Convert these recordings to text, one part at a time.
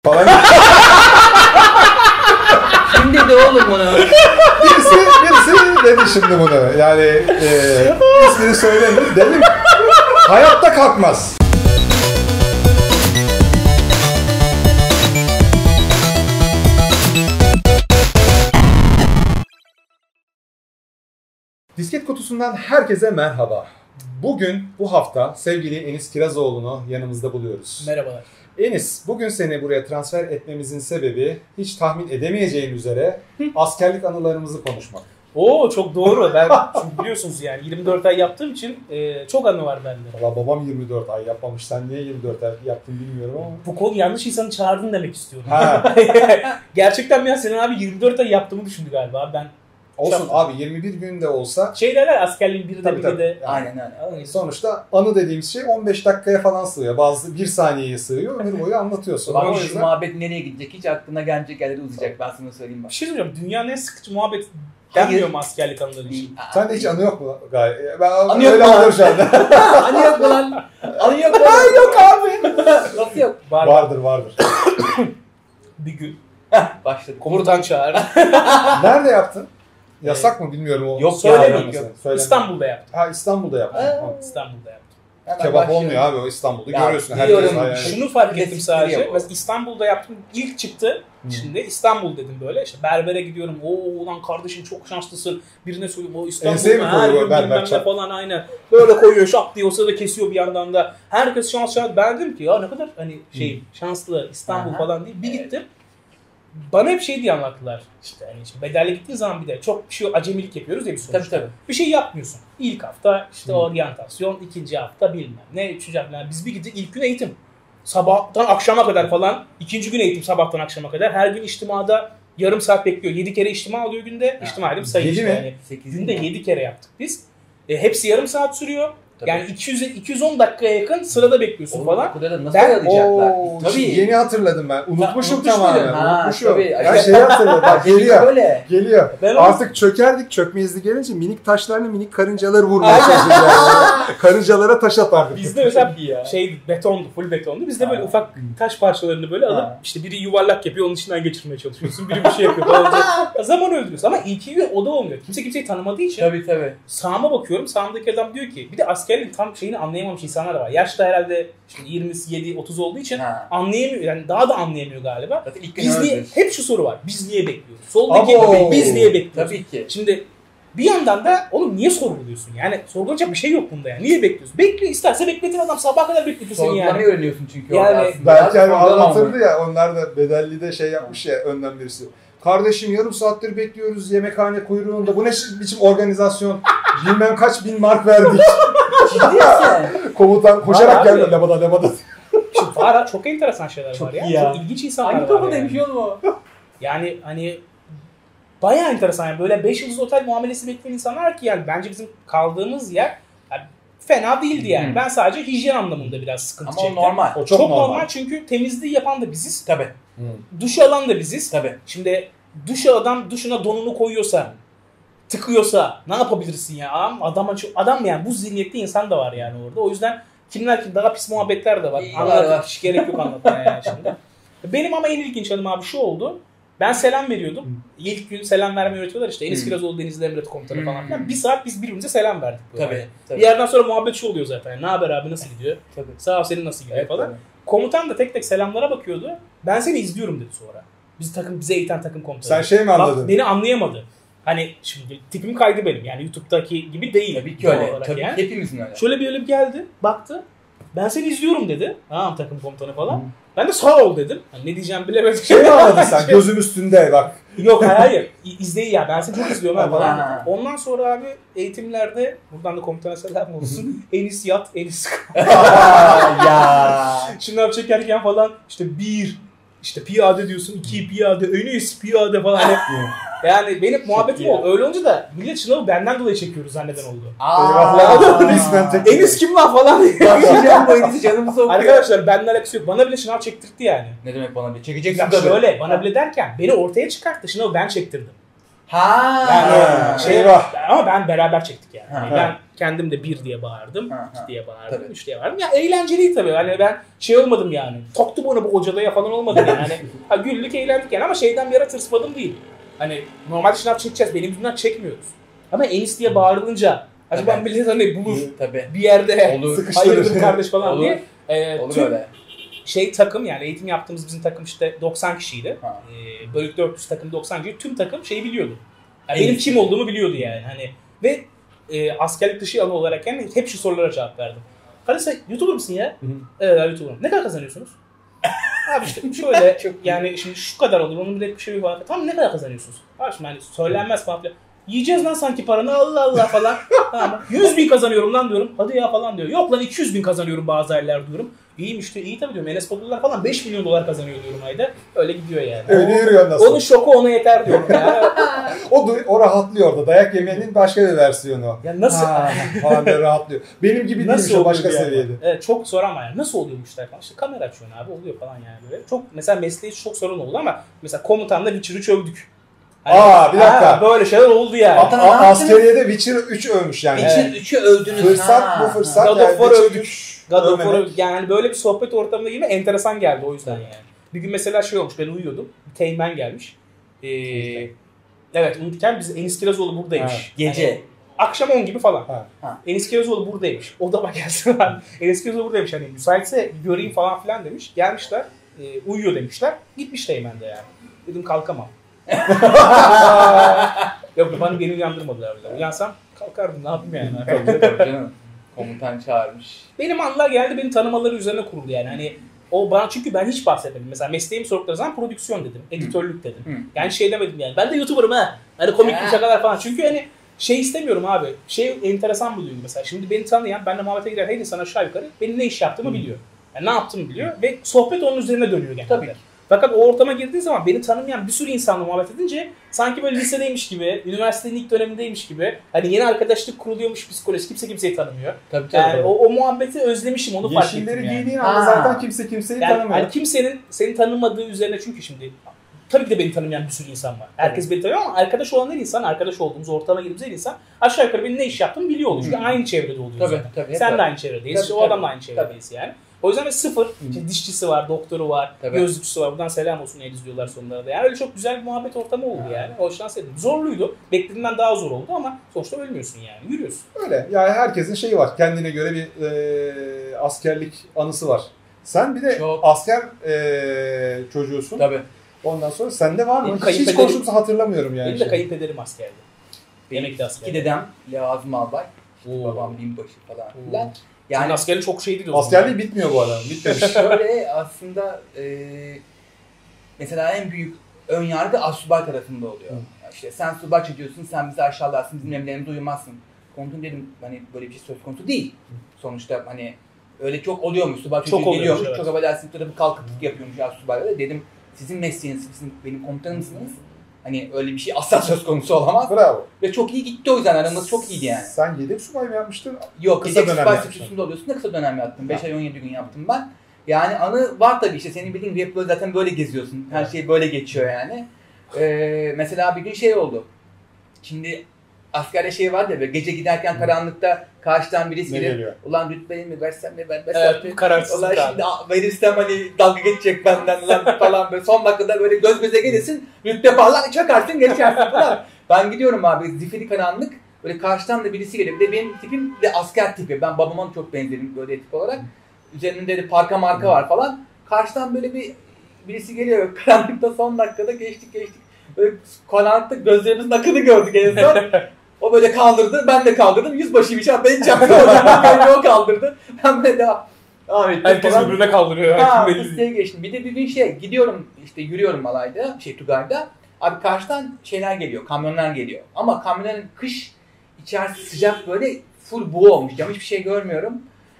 falan. Kim dedi oğlum bunu? Birisi dedi şimdi bunu. Yani ismini söylemiyorum. Dedim hayatta kalkmaz. Disket Kutusu'ndan herkese merhaba. Bugün, bu hafta sevgili Enis Kirazoğlu'nu yanımızda buluyoruz. Merhabalar. Enis, bugün seni buraya transfer etmemizin sebebi hiç tahmin edemeyeceğin üzere askerlik anılarımızı konuşmak. Oo, çok doğru. Ben çünkü biliyorsunuz yani 24 ay yaptığım için çok anı var bende. Valla babam 24 ay yapmamış. Sen niye 24 ay yaptın bilmiyorum ama. Bu konu yanlış insanı çağırdın demek istiyorum. Ha. Gerçekten ya Sinan abi 24 ay yaptığımı düşündü galiba. Ben Olsun abi 21 gün de olsa. şey derler askerliğin biri de Tabii, biri tabii. de. Yani Aynen. sonuçta anı dediğimiz şey 15 dakikaya falan sığıyor. Bazı 1 saniyeye sığıyor. Ömür boyu anlatıyorsun. Bak O şu yüzden muhabbet nereye gidecek hiç aklına gelecek yerlere uzayacak, ben sana söyleyeyim bak. Bir şey söyleyeceğim. Dünyanın en sıkıcı muhabbet Hayır. denmiyor mu askerlik anıları için? sende hiç anı yok mu? Gayet. Ben Anı yok öyle mu? anlıyorum şu anda. Anı yok mu lan? Anı yok mu? Ay yok abi. Nasıl yok? Vardır. Bir gün Başladı. komutan çağırdı. Nerede yaptın? Yasak mı bilmiyorum o. Yok Söylemeyeyim. ya, Söyleme. İstanbul'da yaptım. Ha İstanbul'da yaptın. Ha. İstanbul'da yaptım. Hemen Kebap başlıyorum. olmuyor abi o İstanbul'da. Ya, Görüyorsun biliyorum. herkes. Yani. Şunu fark ettim Klasiktir sadece. ya bu. Mesela İstanbul'da yaptım. İlk çıktı. Şimdi İstanbul dedim böyle. İşte berbere gidiyorum. Oo ulan kardeşim çok şanslısın. Birine söylüyorum. O Enseye mi İstanbul'da her koyuyor gün berber bilmem ne çap? falan aynen. Böyle koyuyor şap diye o sırada kesiyor bir yandan da. Herkes şans. Ben dedim ki ya ne kadar hani şanslı İstanbul Aha. falan diye. Bir gittim. Bana hep şey diye anlattılar. İşte hani şimdi bedelli gittiğin zaman bir de çok bir şey acemilik yapıyoruz ya bir sonuçta. Tabii. Bir şey yapmıyorsun. İlk hafta işte oryantasyon, ikinci hafta bilmem ne, üçüncü hafta. Biz bir gittik ilk gün eğitim. Sabahtan akşama kadar falan. İkinci gün eğitim sabahtan akşama kadar. Her gün içtimada yarım saat bekliyor. 7 kere içtima alıyor günde. İçtima edip sayı 7 işte. mi? Yani 8 günde 7 kere yaptık biz. Hepsi yarım saat sürüyor. Tabii. Yani 210 dakikaya yakın sırada bekliyorsun Oğlum, falan. o kadar da nasıl Ben- ayarlayacaklar? Oo, Tabii. Yeni hatırladım ben. Unutmuşum unutmuş tamamen. muydun? Ha, Unutmuşum. tabii. Ben şeyi hatırladım. Bak geliyor. Böyle. Geliyor. Ben Artık çökerdik. Çökme izni gelince minik taşlarla minik karıncaları vurmaya çalışacağız. Karıncalara taş atardık. Bizde mesela ya. şey betondu, full betondu. Bizde böyle Ha. ufak taş parçalarını böyle alıp Ha. işte biri yuvarlak yapıyor, onun içinden geçirmeye çalışıyorsun. Biri bir şey yapıyor falan. Zaman öldürüyorsun ama ilk gün o da olmuyor. Kimse kimseyi tanımadığı için Tabii. sağıma bakıyorum. Sağımdaki adam diyor ki bir de askerliğin tam şeyini anlayamamış insanlar var. Yaşta herhalde şimdi 27-30 olduğu için Ha. anlayamıyor. Yani daha da anlayamıyor galiba. Zaten ilk gün Biz niye, öldür. hep şu soru var. Biz niye bekliyoruz? Soldaki Abo. biz niye bekliyoruz? Tabii ki. Şimdi bir yandan da oğlum niye sorguluyorsun? Yani sorgulanacak bir şey yok bunda yani. Niye bekliyorsun? Bekliyor, isterse bekletin adam sabaha kadar bekletiyor seni Sorgulamayı yani. öğreniyorsun çünkü Yani orada aslında. Belki hani Sorgulama anlatırdı oldu. ya. Onlar da bedelli de yapmış ya önden birisi. Kardeşim yarım saattir bekliyoruz yemekhane kuyruğunda. Bu ne biçim organizasyon? Bilmem kaç bin mark verdik. Ciddi misin? Komutan koşarak Var geldi. abi. Lebada. Şimdi var çok enteresan şeyler Çok var ya. iyi ya. Çok ilginç insanlar Hangi var kafadaymış yani. oğlum o? Yani hani bayağı enteresan yani. Böyle 5 yıldız otel muamelesi bekleyen insanlar ki yani bence bizim kaldığımız yer yani fena değildi yani. Hı. Ben sadece hijyen anlamında biraz sıkıntı Ama o çektim. normal. O Çok, çok normal çünkü temizliği yapan da biziz. Tabii. Duşu alan da biziz. Tabii. Şimdi adam duşuna donunu koyuyorsa, tıkıyorsa ne yapabilirsin ya? Adam yani bu zihniyette insan da var yani orada. O yüzden kimler kim daha pis muhabbetler de var. İyi, Anlatmak var. hiç gerek yok anlatmaya yani şimdi. Benim ama en ilginç anım abi şu oldu. Ben selam veriyordum. İlk gün selam vermeyi öğretiyorlar işte. Enis Kirazoğlu Denizli Emret Komutanı falan filan. Bir saat biz birbirimize selam verdik. Böyle. Tabii. Bir yerden sonra muhabbet şu oluyor zaten. Ne haber abi nasıl gidiyor? Tabii. Sağ ol senin nasıl gidiyor Evet, falan. tabii. Komutan da tek tek selamlara bakıyordu. Ben seni izliyorum dedi sonra. Bize eğiten takım komutanı. Sen şey mi anladın? Bak, beni anlayamadı. Hani şimdi tipim kaydı benim. Yani YouTube'daki gibi değil. Tabii ki doğal öyle. olarak Tabii yani. hepimizin öyle. Şöyle bir geldi, baktı. Ben seni izliyorum dedi. Tamam takım komutanı falan. Ben de sağ ol dedim. Hani ne diyeceğimi bilemedim. Şey mi anladın sen? Gözüm üstünde bak. Yok hayır. İzleyin ya. Ben seni çok izliyorum ha falan. Ha. dedim. Ondan sonra abi eğitimlerde buradan da komutana selam olsun. Enis yat, Enis Ya. şınav çekerken falan işte işte piyade diyorsun, 2 piyade, Enis piyade falan. Hani yani benim muhabbetim iyi. oldu. Öyle olunca da millet şınavı benden dolayı çekiyoruz zanneden oldu. Eyvahlar. Resmen tek. Enis kim lan falan diye. Başlayacağım bu Enis'i canımı sokuyor. Arkadaşlar benden alakası yok. Bana bile şınav çektirtti yani. Ne demek bana bir? Çekeceksin Ya tabii. şöyle bana bile derken beni ortaya çıkarttı. Şınavı ben çektirdim. Yani eyvah. Ama ben beraber çektik yani. Ha. Ben kendim de 1 diye bağırdım, Ha, 2 ha. diye bağırdım, Tabii. 3 diye bağırdım. Ya eğlenceli tabii. Hani ben şey olmadım yani. Soktum onu bu hocadaya falan olmadım yani. Hani ha, güldük eğlendik yani ama şeyden bir ara tırsmadım değil. Hani normalde şınav çekeceğiz. Benim yüzümden çekmiyoruz. Ama Enis diye bağırılınca acaba Evet. millet hani bulur Tabii. bir yerde Olur. hayırdır kardeş falan Olur. diye. Olur Tüm öyle. takım yani eğitim yaptığımız bizim takım işte 90 kişiydi. Ha. Bölük 400 takım 90 kişi. Tüm takım şeyi biliyordu. Yani En benim iyisi. kim olduğumu biliyordu yani. Hani ve askerlik dışı alanı olarak yani hep şu sorulara cevap verdim. Kardeş sen YouTuber mısın ya? Hı hı. Evet abi YouTuber'ım. Ne kadar kazanıyorsunuz? Abi işte şöyle Çok iyi. yani şimdi şu kadar olur. Onun bir de bir şey var. Tamam ne kadar kazanıyorsunuz? Abi şimdi hani söylenmez falan filan. Yiyeceğiz lan sanki paranı Allah Allah falan. Tamam. 100.000 kazanıyorum lan diyorum. Hadi ya falan diyor. Yok lan 200.000 kazanıyorum bazı aylar diyorum. İyiymiş diyor. İyi tabii diyorum. Enes Baturlar falan 5 milyon dolar kazanıyor diyorum ayda. Öyle gidiyor yani. Öyle yürüyor nasıl? Onun şoku ona yeter diyorum ya. O rahatlıyor orada. Dayak yemenin başka bir versiyonu. Ya nasıl? Falan böyle rahatlıyor. Benim gibi değilmiş o başka oluyor seviyede. yani? Evet çok zor ama yani nasıl oluyormuş falan. İşte kamera açıyorsun abi oluyor falan yani böyle. Çok mesela mesleği çok sorun oldu ama mesela komutanla Witcher'ı çövdük. Aa, bir dakika. Böyle şeyler oldu yani. Vatan- Ne yaptınız? Askeriyede Witcher 3 övmüş yani. Witcher 3'ü övdünüz. Fırsat ha. bu fırsat. God of yani War Witcher övdük. 3 God of övmemek. War yani böyle bir sohbet ortamına girme enteresan geldi o yüzden yani. Bir gün mesela şey olmuş ben uyuyordum. Bir teğmen gelmiş. Evet uyurken biz Enis Kirazoğlu buradaymış. Ha. Gece. Yani akşam 10 gibi falan. Ha. Enis Kirazoğlu buradaymış. Odama gelsin var. Enis Kirazoğlu buradaymış hani müsaitse bir göreyim falan filan demiş. Gelmişler. Uyuyor demişler. Gitmiş teğmen de yani. Dedim kalkamam. Yok beni uyandırmadılar bile. Uyansam kalkardım ne yapayım yani. Tabii canım. Komutan çağırmış. Benim anılar geldi beni tanımaları üzerine kuruldu yani. Hani o bana çünkü ben hiç bahsetmedim. Mesela mesleğimi sordukları zaman prodüksiyon dedim. Editörlük dedim. Hı. Yani şey demedim yani. Ben de YouTuber'ım ha. Hani komik bir şakalar falan. Çünkü hani şey istemiyorum abi. Şey enteresan bir duygu mesela. Şimdi beni tanıyan, benimle muhabbete giren her insan aşağı yukarı benim ne iş yaptığımı biliyor. Yani ne yaptığımı biliyor ve sohbet onun üzerine dönüyor genelde. Tabii ki. Fakat o ortama girdiği zaman beni tanımayan bir sürü insanla muhabbet edince sanki böyle lisedeymiş gibi, üniversitenin ilk dönemindeymiş gibi hani yeni arkadaşlık kuruluyormuş psikolojisi kimse kimseyi tanımıyor. Tabii Yani o muhabbeti özlemişim onu fark ettim Yeşilleri yani. giydiğin anda Ha. zaten kimse kimseyi Yani tanımıyor. hani kimsenin seni tanımadığı üzerine çünkü şimdi tabii ki de beni tanımayan bir sürü insan var. Herkes beni tanıyor ama arkadaş olan her insan, arkadaş olduğumuz, ortama girdiğimiz her insan aşağı yukarı benim ne iş yaptığımı biliyor oluyor. Çünkü aynı çevrede oluyoruz Tabii, zaten. tabii, Sen tabii. de aynı çevredeyiz, Tabii, işte o tabii. adam da aynı çevredeyiz yani. O yüzden de sıfır, işte dişçisi var, doktoru var, Tabii. gözlükçüsü var. Buradan selam olsun el izliyorlar sonunda da. Yani öyle çok güzel bir muhabbet ortamı oldu yani. Hoşlan sevdim. Zorluydu. Beklediğimden daha zor oldu ama sonuçta ölmüyorsun yani. Yürüyorsun. Öyle. Yani herkesin şeyi var. Kendine göre bir askerlik anısı var. Sen bir de Çok. asker çocuğusun. Tabii. Ondan sonra sende var mı? Benim Hiç kayınpederim- konuştuğumuzu hatırlamıyorum yani. Benim de kayınpederim askerdi. Emekli asker. İki dedem Levazım Albay. Oo. Babam binbaşı falan Oo. filan. Yani Yani askerin çok şeydi de o zaman. Askerliği bitmiyor bu adam. Bitmemiş. şöyle aslında mesela en büyük ön yargı asubay tarafında oluyor. Yani işte sen subay çocuğusun, sen bizi aşağılarsın, bizim emirlerimize uymazsın. Komutanım dedim hani böyle bir şey söz konusu değil. Sonuçta hani öyle çok oluyormuş, subay çocuğu Çok oluyormuş, geliyormuş, evet. çok affedersin tarafı kalkıp yapıyormuş asubaylara. Dedim sizin mesleğiniz, sizin benim komutanımsınız. Hani öyle bir şey asla söz konusu olamaz. Bravo. Ve çok iyi gitti o yüzden aramız çok iyiydi yani. Sen yedek subay mı yapmıştın? Yok, Kısa kısa dönem subay yapmışsın. statüsünde oluyorsun da kısa dönem yaptım. 5 ay 17 gün yaptım ben. Yani anı var tabii işte senin bildiğin hep böyle zaten böyle geziyorsun. Her şey böyle geçiyor yani. Mesela bir gün şey oldu. Şimdi askerde şey vardı ya böyle gece giderken karanlıkta karşıdan birisi Ne gelir. geliyor? Ulan rütbeni mi versem mi vermesem mi? Evet, kararsızlık Ulan abi. şimdi verirsem hani dalga geçecek benden lan falan böyle son dakikada böyle göz göze gelirsin rütbe falan çakarsın geçersin falan. Ben gidiyorum abi zifiri karanlık böyle karşıdan da birisi geliyor. Bir de benim tipim de asker tipi. Ben babama çok benzerim böyle tip olarak. Üzerinde de parka marka var falan. Karşıdan böyle birisi geliyor. Karanlıkta son dakikada geçtik. Böyle karanlıkta gözlerimizin akını gördük en son. O böyle kaldırdı. Ben de kaldırdım. Yüzbaşıymış abi. Ben çaktım hocam. Beni o kaldırdı. Ben böyle devam ettim Herkes falan. birbirine kaldırıyor. Ha, Belli değil. fıstığa geçtim. Bir de bir gün gidiyorum işte yürüyorum alayda, Tugay'da. Abi karşıdan şeyler geliyor, kamyonlar geliyor. Ama kamyonların kış içerisi sıcak böyle full buğu olmuş. Cam hiçbir şey görmüyorum.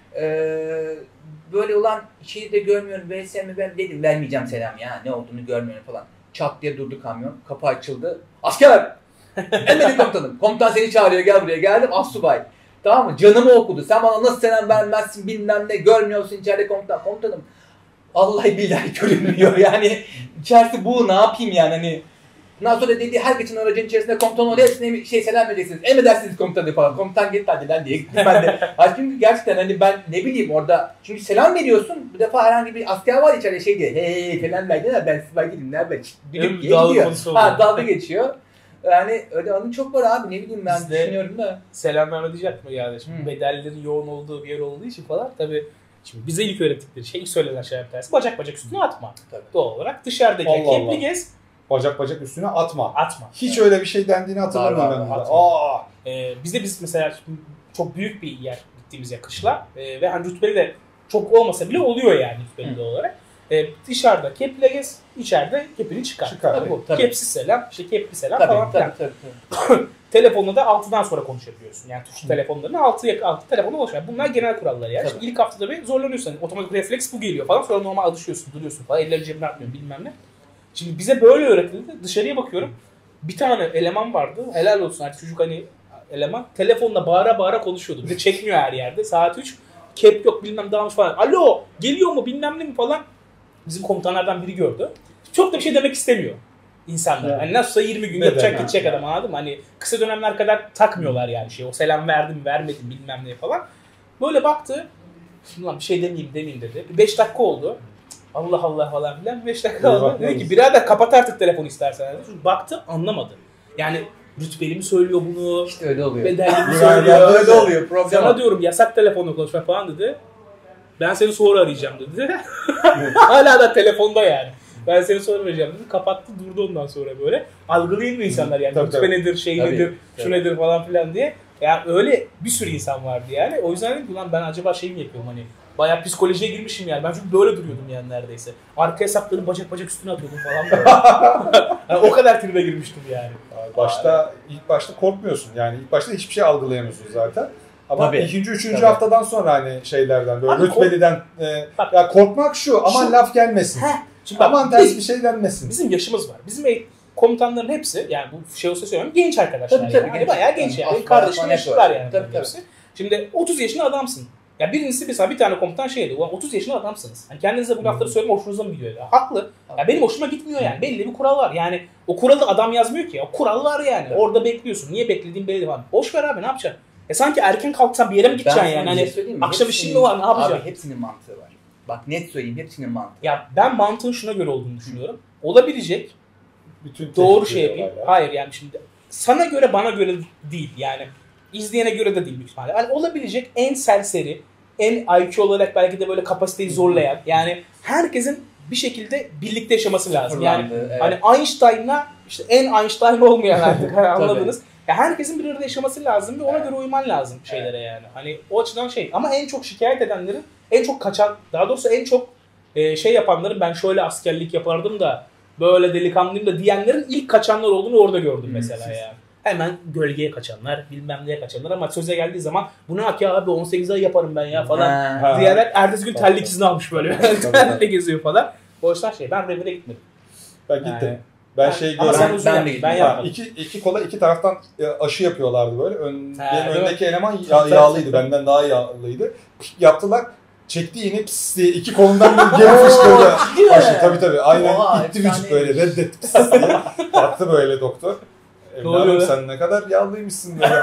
Böyle olan içeri de görmüyorum. Versem mi ben dedim vermeyeceğim selam ya ne olduğunu görmüyorum falan. Çat diye durdu kamyon. Kapı açıldı. Asker! Emredin komutanım. Komutan seni çağırıyor gel buraya. Geldim assubay. Tamam mı? Canımı okudu. Sen bana nasıl selam vermezsin bilmem ne. Görmüyorsun içeride komutan. Komutanım. Vallahi billahi görünmüyor. Yani içerisi bu ne yapayım yani hani. Ondan sonra dedi her geçen aracın içerisinde komutan oluyor. Hepsine selam vereceksiniz. Emredersiniz komutanı falan. Komutan git hadi lan diye gittim ben de. Çünkü gerçekten hani ben ne bileyim orada. Çünkü selam veriyorsun. Bu defa herhangi bir asker var içeride şey diyor. Hey falan verdiler. Ben size gidin. Nerede? Gidip gidiyor. Dalga geçiyor. Yani öyle anı çok var abi. Ne bileyim ben Bizde düşünüyorum da. Selam verme diyecek mi yani? Şimdi bedellerin yoğun olduğu bir yer olduğu için falan tabii. Şimdi bize ilk öğrettikleri şey, ilk söylenen şeyler bir tanesi bacak bacak üstüne atma. Tabii. Doğal olarak dışarıdayken Allah kepli Allah. gez, Bacak üstüne atma. atma. Hiç öyle bir şey dendiğini hatırlamıyorum ben. Atma. Biz mesela çok büyük bir yer gittiğimiz yer kışla ve hani rütbeli de çok olmasa bile oluyor yani rütbeli olarak. Dışarıda keple gez, içeride kepini çıkar. Tabii. Kepsiz selam, işte kepli selam Tabii, falan filan. tabii. Telefonla da 6'dan sonra konuşabiliyorsun. Yani tuşlu telefonlarını 6 telefona ulaşıyor. Bunlar genel kurallar yani. Tabii. Şimdi ilk haftada bir zorlanıyorsun. Yani otomatik refleks bu geliyor falan. Sonra normal alışıyorsun, duruyorsun falan. Ellerini cebine atmıyorsun bilmem ne. Şimdi bize böyle öğretildi. Dışarıya bakıyorum. Bir tane eleman vardı. Helal olsun artık çocuk hani eleman. Telefonla bağıra bağıra konuşuyordu. Bir de çekmiyor her yerde. Saat 3. Kep yok bilmem dağılmış falan. Alo geliyor mu bilmem ne mi falan. Bizim komutanlardan biri gördü. Çok da bir şey demek istemiyor insanlar. Evet. Hani nasılsa 20 gün Neden? yapacak gidecek adam anladın mı? Hani kısa dönemler kadar takmıyorlar yani şey. O selam verdim vermedim bilmem ne falan. Böyle baktı. Şimdi lan bir şey demeyeyim dedi. 5 dakika oldu. Allah Allah falan filan 5 dakika oldu. Dedi ki birader kapat artık telefonu istersen. Dedi. Baktı anlamadı. Yani rütbeli mi söylüyor bunu? İşte öyle oluyor. Bedelli mi söylüyor? Öyle oluyor. Problem. Sana diyorum yasak telefonla konuşma falan dedi. Ben seni sonra arayacağım dedi. Hala da telefonda yani. Ben seni sonra arayacağım dedi. Kapattı durdu ondan sonra böyle. Algılayamıyor insanlar yani. Tabii, Rütbe tabii. nedir, şey Tabii, nedir, şu tabii. nedir falan filan diye. Yani öyle bir sürü insan vardı yani. O yüzden dedim ki lan ben acaba şey mi yapıyorum hani. Bayağı psikolojiye girmişim yani. Ben çünkü böyle duruyordum yani neredeyse. Arka hesaplarını bacak üstüne atıyordum falan böyle. Yani o kadar tribe girmiştim yani. İlk başta korkmuyorsun. Yani ilk başta hiçbir şey algılayamıyorsun zaten. Ama Tabii. ikinci, üçüncü Tabii. haftadan sonra hani şeylerden böyle Abi rütbeliden Bak. ya korkmak şu aman Şu- laf gelmesin. Şimdi Aman bak, ters bir şey denmesin. bizim yaşımız var. Bizim komutanların hepsi yani bu şey olsa söylüyorum genç arkadaşlar Tabii, yani. tabii. Hani bayağı genç yani. Benim Aslan, kardeşim aslan yaşlılar hep var. yani. Tabii, bunların hepsi. Şimdi 30 yaşında adamsın. Ya birincisi mesela bir tane komutan şey dedi. Ulan 30 yaşında adamsınız. Hani kendinize bu lafları söyleme hoşunuza mı gidiyor? Ya, haklı. Ya benim hoşuma gitmiyor yani. Belli bir kural var. Yani o kuralı adam yazmıyor ki. O kural var yani. Evet. Orada bekliyorsun. Niye beklediğin belli falan. Boş ver abi ne yapacaksın? Sanki erken kalksan bir yere mi gideceksin yani? Hani akşam işin mi var ne yapacaksın? Abi hepsinin mantığı var. Bak net söyleyeyim hepsinin mantığı. Ya ben mantığın şuna göre olduğunu düşünüyorum. Olabilecek Bütün doğru tehdit şey yapayım. ediyorlar ya. Hayır yani şimdi sana göre bana göre değil yani. İzleyene göre de değil büyük ihtimalle. Yani olabilecek en serseri, en IQ olarak belki de böyle kapasiteyi zorlayan yani herkesin bir şekilde birlikte yaşaması lazım. Yani Evet. hani Einstein'la işte en Einstein olmayan artık hani anladınız. Ya herkesin bir arada yaşaması lazım ve ona göre uyman lazım şeylere yani. Hani o açıdan şey ama en çok şikayet edenlerin en çok kaçan daha doğrusu en çok şey yapanların ben şöyle askerlik yapardım da böyle delikanlıyım da diyenlerin ilk kaçanlar olduğunu orada gördüm mesela yani. Hemen gölgeye kaçanlar, bilmem neye kaçanlar ama söze geldiği zaman bu ne ya abi 18 ay yaparım ben ya falan Ha. diyerek ertesi gün terlik izni almış böyle. Tabii. Terlikle geziyor falan. O yüzden şey ben revire gitmedim. Ben gittim. Yani- Ben şey Ama sen gördüm. uzun ben de yaptın, gittim. ben Ha, yapmadım. iki kola iki taraftan aşı yapıyorlardı böyle. Benim değil öndeki eleman Tabii, yağlıydı. tabii. Benden daha yağlıydı. Yaptılar. Çekti yine pis diye iki kolundan bir geri fışkırdı. ciddi mi? Aşı tabii. Aynen Oha, itti vücut efsaneymiş. böyle reddetti pis diye. Baktı böyle doktor. oluyor Evladım lan? sen ne kadar yağlıymışsın böyle.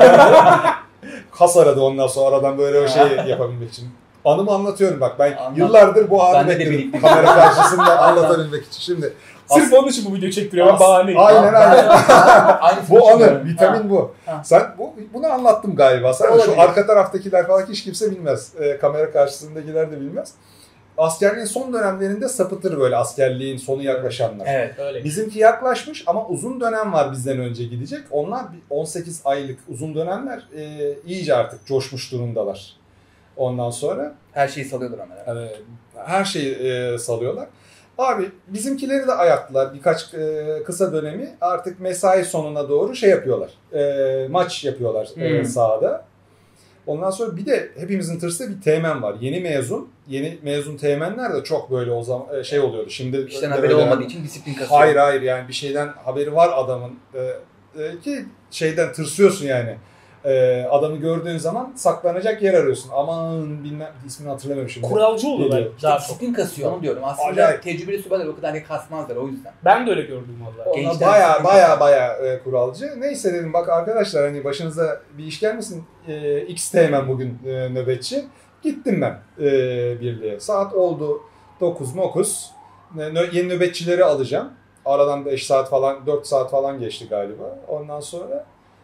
Kas aradı ondan sonra aradan böyle o şeyi yapabilmek için. Anımı anlatıyorum bak ben Anlat. yıllardır bu anı Ben de bekledim. birlikte. Kamera karşısında anlatabilmek için. Şimdi Sırf onun için bu videoyu çektiriyor. Ben bahaneyim. Aynen. Aynısını Bu anı, düşünüyorum. vitamin bu. Ha. Sen bunu anlattım galiba. Sen Olabilir. şu arka taraftakiler falan hiç kimse bilmez. Kamera karşısındakiler de bilmez. Askerliğin son dönemlerinde sapıtır böyle askerliğin sonu yaklaşanlar. Evet. Öyle. Bizimki yaklaşmış ama uzun dönem var bizden önce gidecek. Onlar 18 aylık uzun dönemler iyice artık coşmuş durumdalar. Ondan sonra Her şeyi salıyorlar ama. her şeyi salıyorlar. Abi bizimkileri de ayaktılar birkaç kısa dönemi artık mesai sonuna doğru şey yapıyorlar. Maç yapıyorlar sahada. Ondan sonra bir de hepimizin tırstığı bir teğmen var. Yeni mezun teğmenler de çok böyle o zaman şey oluyordu. Şimdi İşten de haberi öyle- olmadığı için disiplin kasıyor. Hayır yani bir şeyden haberi var adamın ki şeyden tırsıyorsun yani. Adamı gördüğün zaman saklanacak yer arıyorsun. Aman bilmem ismini hatırlamıyorum şimdi. Kuralcı oluyorlar daha çok. Disiplin kasıyor onu diyorum. Aslında Acayip. tecrübeli subaylar o kadar kasmazlar o yüzden. Ben de öyle gördüm valla. Onlar Gençler baya kuralcı. Neyse dedim bak arkadaşlar hani başınıza bir iş gelmesin. X teğmen bugün nöbetçi. Gittim ben birliğe. Saat oldu 9. Yeni nöbetçileri alacağım. Aradan 5 saat falan 4 saat falan geçti galiba. Ondan sonra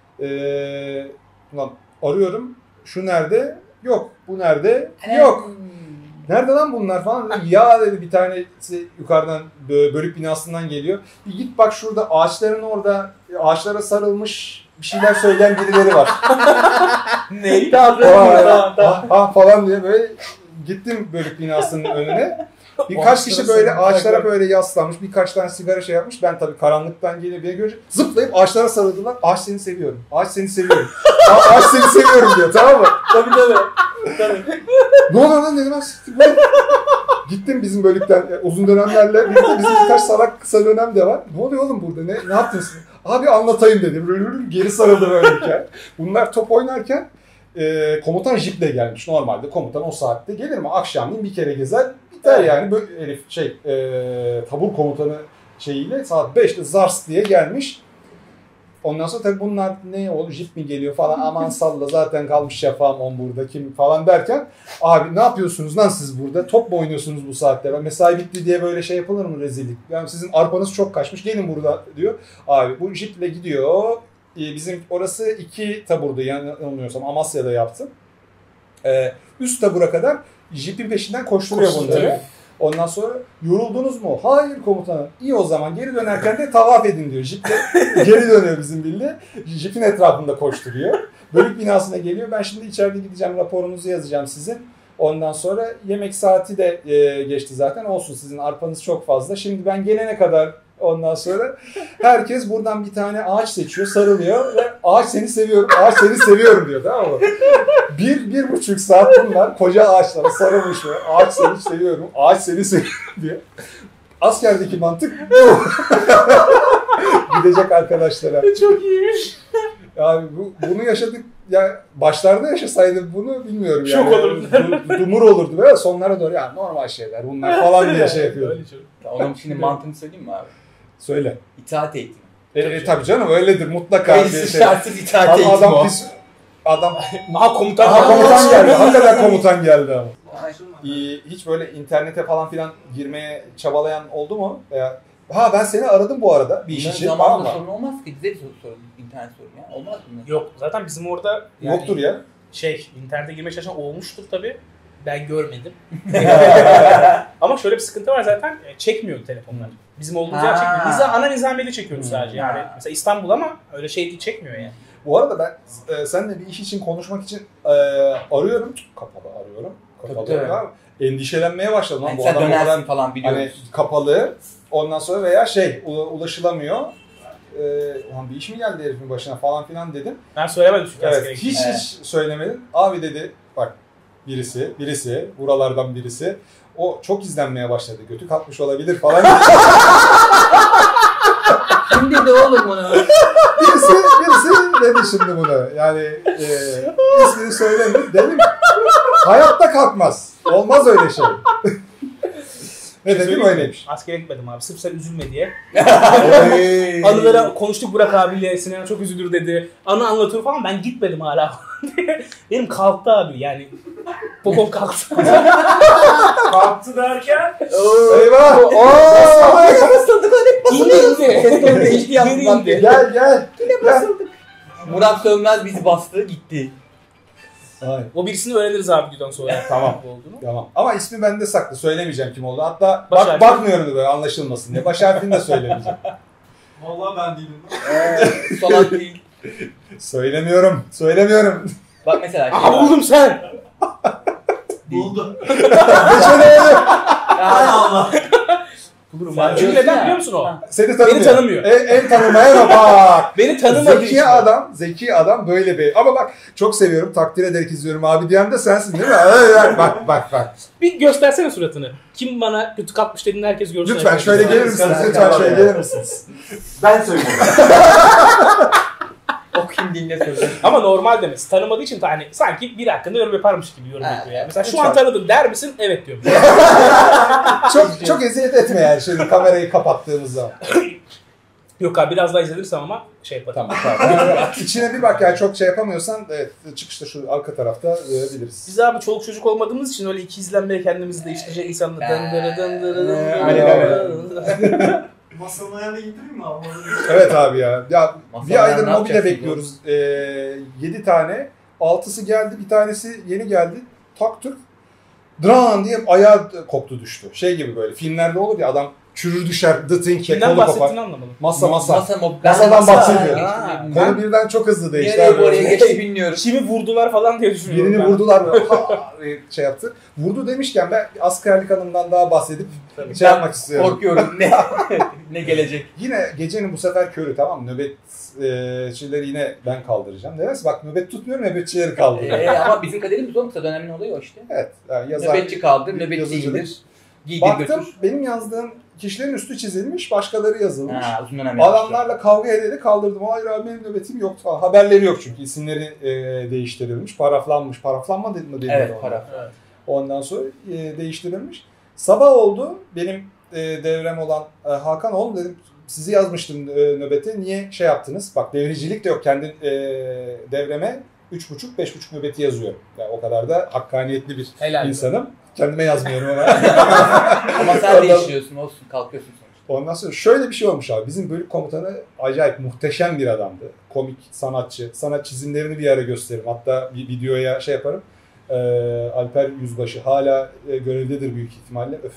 arıyorum. Şu nerede? Yok. Bu nerede? Yok. Nerede lan bunlar falan dedim. Ya dedi bir tanesi yukarıdan bölük binasından geliyor. Bir git bak şurada ağaçların orada ağaçlara sarılmış bir şeyler söyleyen birileri var. Ne? Tamam. Falan diye böyle gittim bölük binasının önüne. Birkaç kişi böyle ağaçlara böyle yaslanmış. Birkaç tane sigara şey yapmış. Ben tabii karanlıktan geliyor diye görünce zıplayıp ağaçlara sarıldılar. Ağaç seni seviyorum. Ağaç seni seviyorum. Ağaç seni seviyorum diyor tamam mı? Tabii. Ne oluyor lan dedim ben. Gittim bizim bölükten uzun dönemlerle bizim birkaç salak kısa dönem de var. Ne oluyor oğlum burada? Ne yaptınız? Abi anlatayım dedim. Geri sarıldı böyleyken. Bunlar top oynarken komutan jiple gelmiş. Normalde komutan o saatte gelir mi? Akşamleyin bir kere gezer biter yani. Böyle herif tabur komutanı şeyiyle saat 5'te zars diye gelmiş. Ondan sonra tabii bunlar ne oldu jip mi geliyor falan aman salla zaten kalmış şafağım on burada kim falan derken abi ne yapıyorsunuz lan siz burada top mu oynuyorsunuz bu saatte ben mesai bitti diye böyle şey yapılır mı rezillik yani sizin arpanız çok kaçmış gelin burada diyor abi bu jiple gidiyor bizim orası 2 taburdu yanılmıyorsam Amasya'da yaptım üst tabura kadar jipin peşinden koşturuyor bunları. Ondan sonra yoruldunuz mu? Hayır komutanım. İyi o zaman geri dönerken de tavaf edin diyor. Jiple geri dönüyor bizim bildi. Jipin etrafında koşturuyor. Bölük binasına geliyor. Ben şimdi içeride gideceğim raporunuzu yazacağım sizin. Ondan sonra yemek saati de geçti zaten. Olsun sizin arpanız çok fazla. Şimdi ben gelene kadar ondan sonra herkes buradan bir tane ağaç seçiyor, sarılıyor ve ağaç seni seviyorum, ağaç seni seviyorum diyor tamam mı? 1,5 saat bunlar koca ağaçlara sarılmış ve ağaç seni seviyorum, ağaç seni seviyorum diyor. Askerdeki mantık bu. Gidecek arkadaşlara. Çok iyiymiş. Yani bunu yaşadık ya başlarda yaşasaydık bunu bilmiyorum yani. Şok olurdu. Dumur olurdu böyle sonlara doğru ya normal şeyler bunlar falan diye şey yapıyordu. Onun şimdi mantığını söyleyeyim mi abi? Söyle. İtaat eğitimi. Tabii canım öyledir mutlaka. Kayıtsız şartsız itaat eğitimi o. Adam komutan geldi. Hakikaten komutan geldi ama. Hiç böyle internete falan filan girmeye çabalayan oldu mu? Veya ben seni aradım bu arada bir iş için. Zamanında sorun olmaz ki. Bize bir sorun. İnternet sorun ya. Olmaz mı? Yok zaten bizim orada yani yoktur ya. İnternete girmeye çalışan olmuştur tabii. Ben görmedim. Ama şöyle bir sıkıntı var zaten çekmiyor telefonlar. Bizim olduğumuz yer çekmiyor. Ana nizamiyeli çekiyoruz sadece yani. Mesela İstanbul ama öyle şey değil çekmiyor yani. Bu arada ben seninle bir iş için konuşmak için arıyorum. Kapalı arıyorum. Kapalı. Endişelenmeye başladım. Yani bu sen adam dönersin falan biliyorsun. Hani kapalı. Ondan sonra veya ulaşılamıyor. Bir iş mi geldi herifin başına falan filan dedim. Ben söylemedim çünkü. Evet, hiç söylemedim. Abi dedi bak birisi buralardan birisi o çok izlenmeye başladı. Götü kalkmış olabilir falan. Kim dedi oğlum bunu? birisi dedi şimdi bunu. Yani ismini söylemedim. Dedim hayatta kalkmaz. Olmaz öyle şey. Ne dedim öyleymiş. Askere gitmedim abi. Sırf sen üzülme diye. Anılara konuştuk Burak abiyle. Sinan çok üzülür dedi. Anı anlatıyor falan. Ben gitmedim hala. Benim kalktı abi yani. Popom kalktı. Kalktı derken. Eyvah. İndi. Gel. Murat Sönmez bizi bastı gitti. Hayır. O birisini öğreniriz abi videodan sonra. Tamam. Olduğunu. Tamam. Ama ismi bende saklı. Söylemeyeceğim kim oldu. Hatta Baş bakmıyorum da böyle anlaşılmasın diye. Baş harfini de söylemeyeceğim. Vallahi ben değilim. Salak değil. Söylemiyorum. Bak mesela. Aha buldum sen. Buldu. Geçelim. Hay Allah. Bulurum Sen ben. Çünkü diyorsun neden ya. biliyor musun o? Seni tanımıyor. Beni tanımıyor. En tanımayan bak. Beni tanımadı işte. Zeki adam böyle bir. Ama bak çok seviyorum. Takdir ederek izliyorum abi diyen de sensin değil mi? bak. Bir göstersene suratını. Kim bana kötü kalkmış dediğinde herkes görsün. Lütfen şöyle gelir misiniz? Ben söylüyorum. Okey. Kim dinle sözü. Ama normal demesi. Tanımadığı için hani sanki biri hakkında yorum yaparmış gibi yorum yapıyor. Yani. Mesela şu an tanıdım der misin? Evet diyorum. Çok eziyet etme yani şimdi kamerayı kapattığımız zaman. Yok abi biraz daha izledirsem ama şey yaparım. Tamam. İçine bir bak yani çok şey yapamıyorsan evet, çıkışta şu arka tarafta biliriz. Biz abi çoluk çocuk olmadığımız için öyle iki izlenmeye kendimizi de işte şey insanla Masanın ayağına indireyim mi abi? Evet abi ya. Ya Masanın bir aydır ayağına mobile yapacaksın bekliyoruz. 7 tane. 6'sı geldi. Bir tanesi yeni geldi. Taktık. Dran diye ayağı koptu düştü. Şey gibi böyle filmlerde olur ya adam çürür düşer. The Thing Kimden kolu kopar. bahsettiğini anlamadım. Masadan bahsediyor. Ha. Konu birden çok hızlı değişti. Nereye abi. oraya geçti bilmiyorum. Kimi vurdular falan diye düşünüyorum. Birini ben. vurdular böyle şey yaptı. Vurdu demişken ben askerlik anımdan daha bahsedip şey yapmak istiyorum. Korkuyorum. Ne gelecek? Yine gecenin bu sefer körü tamam mı? Nöbetçileri yine ben kaldıracağım. Demez bak nöbet tutmuyorum nöbetçileri kaldıracağım. Ama bizim kaderimiz o kısa dönemin oluyor işte. Evet. Yani yazar, Nöbetçi kaldır, nöbetçi yazıcılık. indir. Giydir Baktım götür. benim yazdığım kişilerin üstü çizilmiş, başkaları yazılmış. Ha, uzun dönem yapmışlar. Adamlarla kavga ede kaldırdım. Hayır abi benim nöbetim yoktu falan. Haberleri yok çünkü isimleri değiştirilmiş. Paraflanmış. Paraflanma dedi mi? Dedi Evet, ona. para. Evet. Ondan sonra değiştirilmiş. Sabah oldu. Benim devrem olan Hakan oğlum dedim sizi yazmıştım nöbete. Niye şey yaptınız? Bak devricilik de yok. Kendi devreme 3,5-5,5 nöbeti yazıyorum. Yani o kadar da hakkaniyetli bir Helal. insanım. Kendime yazmıyorum ama. Ama sen değişiyorsun, olsun, kalkıyorsun sonuçta. Ondan sonra şöyle bir şey olmuş abi. Bizim bölük komutanı acayip muhteşem bir adamdı. Komik, sanatçı. Sanat çizimlerini bir ara gösteririm. Hatta bir videoya şey yaparım. Alper Yüzbaşı hala görevdedir büyük ihtimalle. Öf.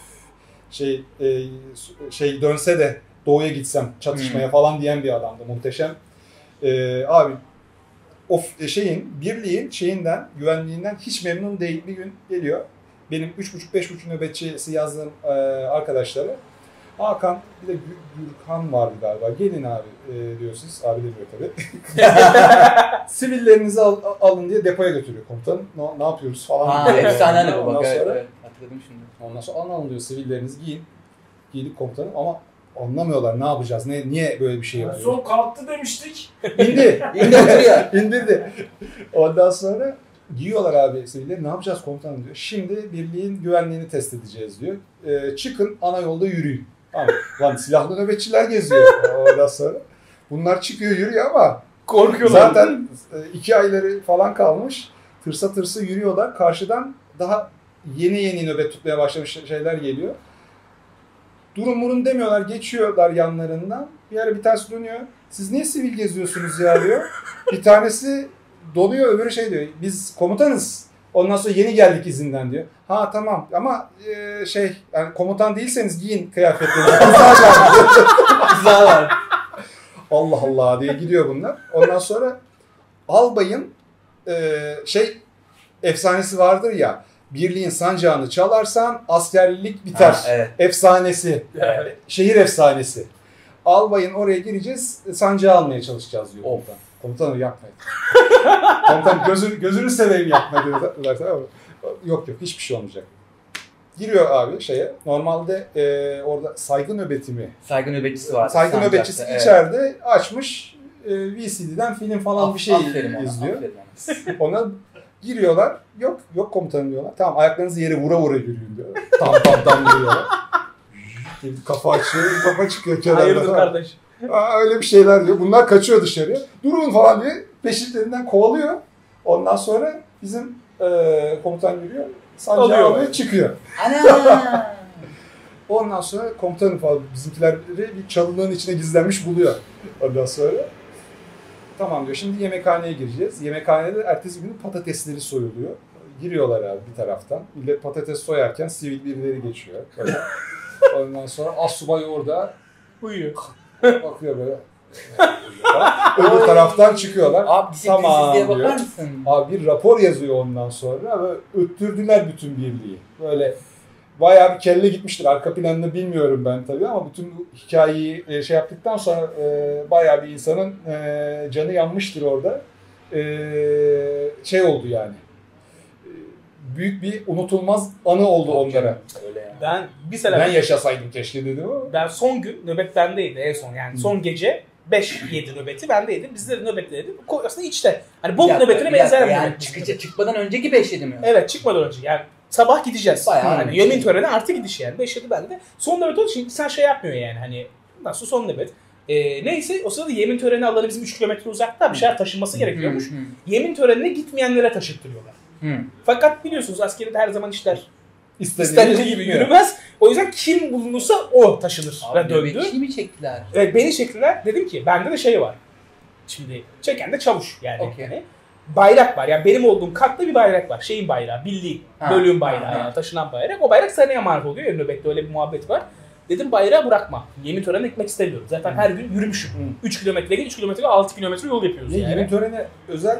Şey dönse de doğuya gitsem çatışmaya falan diyen bir adamdı. Muhteşem. Abi birliğin güvenliğinden hiç memnun değil. Bir gün geliyor. Benim 3,5-5,5 nöbetçisi yazdığım arkadaşları. Hakan bir de Gürkan vardı galiba. Gelin abi diyor siz. Abi demiyor tabii. Sivillerinizi alın diye depoya götürüyor komutan. Ne yapıyoruz falan. Ha, efsane hani bu Ondan bak. Evet, sonra, evet. Hatırladım şimdi. ondan sonra alın diyor sivillerinizi giyin. Giydik komutanım ama anlamıyorlar ne yapacağız. Niye böyle bir şey yapıyor? Son kalktı demiştik. İndi. İndi oturuyor. İndirdi. Ondan sonra giyiyorlar abi sivilleri. Ne yapacağız komutanım diyor. Şimdi birliğin güvenliğini test edeceğiz diyor. Çıkın ana yolda yürüyün. Tamam. Lan silahlı nöbetçiler geziyor. Ondan sonra. Bunlar çıkıyor yürüyor ama Korkuyorlar. zaten 2 ayları falan kalmış. Tırsa tırsa yürüyorlar. Karşıdan daha yeni nöbet tutmaya başlamış şeyler geliyor. Durun demiyorlar. Geçiyorlar yanlarından. Bir ara bir tanesi dönüyor. Siz niye sivil geziyorsunuz ya diyor. Bir tanesi doluyor öbürü şey diyor. Biz komutanız. Ondan sonra yeni geldik izinden diyor. Ha tamam ama yani komutan değilseniz giyin kıyafetlerinizi. Güzel var. Allah Allah diye gidiyor bunlar. Ondan sonra albayın efsanesi vardır ya. Birliğin sancağını çalarsan askerlik biter. Ha, evet. Efsanesi. Evet. Şehir efsanesi. Albayın oraya gireceğiz, sancağı almaya çalışacağız diyor komutan. Komutanım yapmayın. Komutan gözünü seveyim yapma diyorlar tamam mı? Yok hiçbir şey olmayacak. Giriyor abi normalde orada saygı nöbeti mi? Saygı nöbetçisi var. Saygı Sancak'ta, nöbetçisi evet. içeride açmış VCD'den film falan bir şey Aferin ona, izliyor. aferin ona. Ona giriyorlar. Yok komutanım diyorlar. Tamam ayaklarınızı yere vura yürüyün diyorlar. Tam diyorlar. Kafa açıyor, kafa çıkıyor kenarda. Hayırdır kardeş. Öyle bir şeyler diyor. Bunlar kaçıyor dışarıya. Durun falan diye peşlerinden kovalıyor. Ondan sonra bizim komutan yürüyor. Sancağı alıyor, çıkıyor. Ana! Ondan sonra komutanım falan bizimkileri bir çalılığın içine gizlenmiş buluyor. Ondan sonra tamam diyor. Şimdi yemekhaneye gireceğiz. Yemekhanede ertesi gün patatesleri soyuluyor. Giriyorlar abi bir taraftan. Millet patates soyarken sivil birileri geçiyor. Böyle. Ondan sonra assubay orada Uyuyor. bakıyor böyle. Öbür taraftan çıkıyorlar. Abi disiplinsizliğe bakar diyor. mısın? Abi bir rapor yazıyor ondan sonra ve öttürdüler bütün birliği. Böyle bayağı bir kelle gitmiştir. Arka planını bilmiyorum ben tabii ama bütün bu hikayeyi yaptıktan sonra bayağı bir insanın canı yanmıştır orada. Oldu yani. Büyük bir unutulmaz anı oldu onlara. Öyle yani. Ben bir sene Ben yaşasaydım keşke dedim ama. ben son gün nöbet bendeydi en son yani son gece 5-7 nöbeti ben de yedim. Bizde de nöbeti yedim. Aslında içte. Hani bok nöbetine benzer bir yani nöbet. çıkmadan önceki 5 mi? Evet, çıkmadan önce. Yani sabah gideceğiz. Bayağı hani yemin töreni artı gidiş yani. 5-7 bende. Son nöbet olduğu için sen şey yapmıyor yani. Hani nasıl son nöbet. Neyse o sırada yemin töreni alanı bizim 3 kilometre uzakta bir şeyler taşınması gerekiyormuş. Yemin törenine gitmeyenlere taşıttırıyorlar. Fakat biliyorsunuz askeride her zaman işler istendiği gibi yürümez. O yüzden kim bulunursa o taşınır. Abi döndü. nöbetçi mi çektiler? Evet, beni çektiler. Dedim ki bende de şey var. Şimdi çeken de çavuş yani. Okay. Yani bayrak var. Yani benim olduğum katta bir bayrak var. Şeyin bayrağı, birliğin, bölüğün bayrağı yani taşınan bayrak. O bayrak sana emanet oluyor. Ya, nöbette öyle bir muhabbet var. Dedim bayrağı bırakma. Yemin törenine gitmek istemiyorum. Zaten her gün yürümüşüm. 3 kilometre git, 3 kilometre 6 kilometre yol yapıyoruz yani. Yemin töreni özel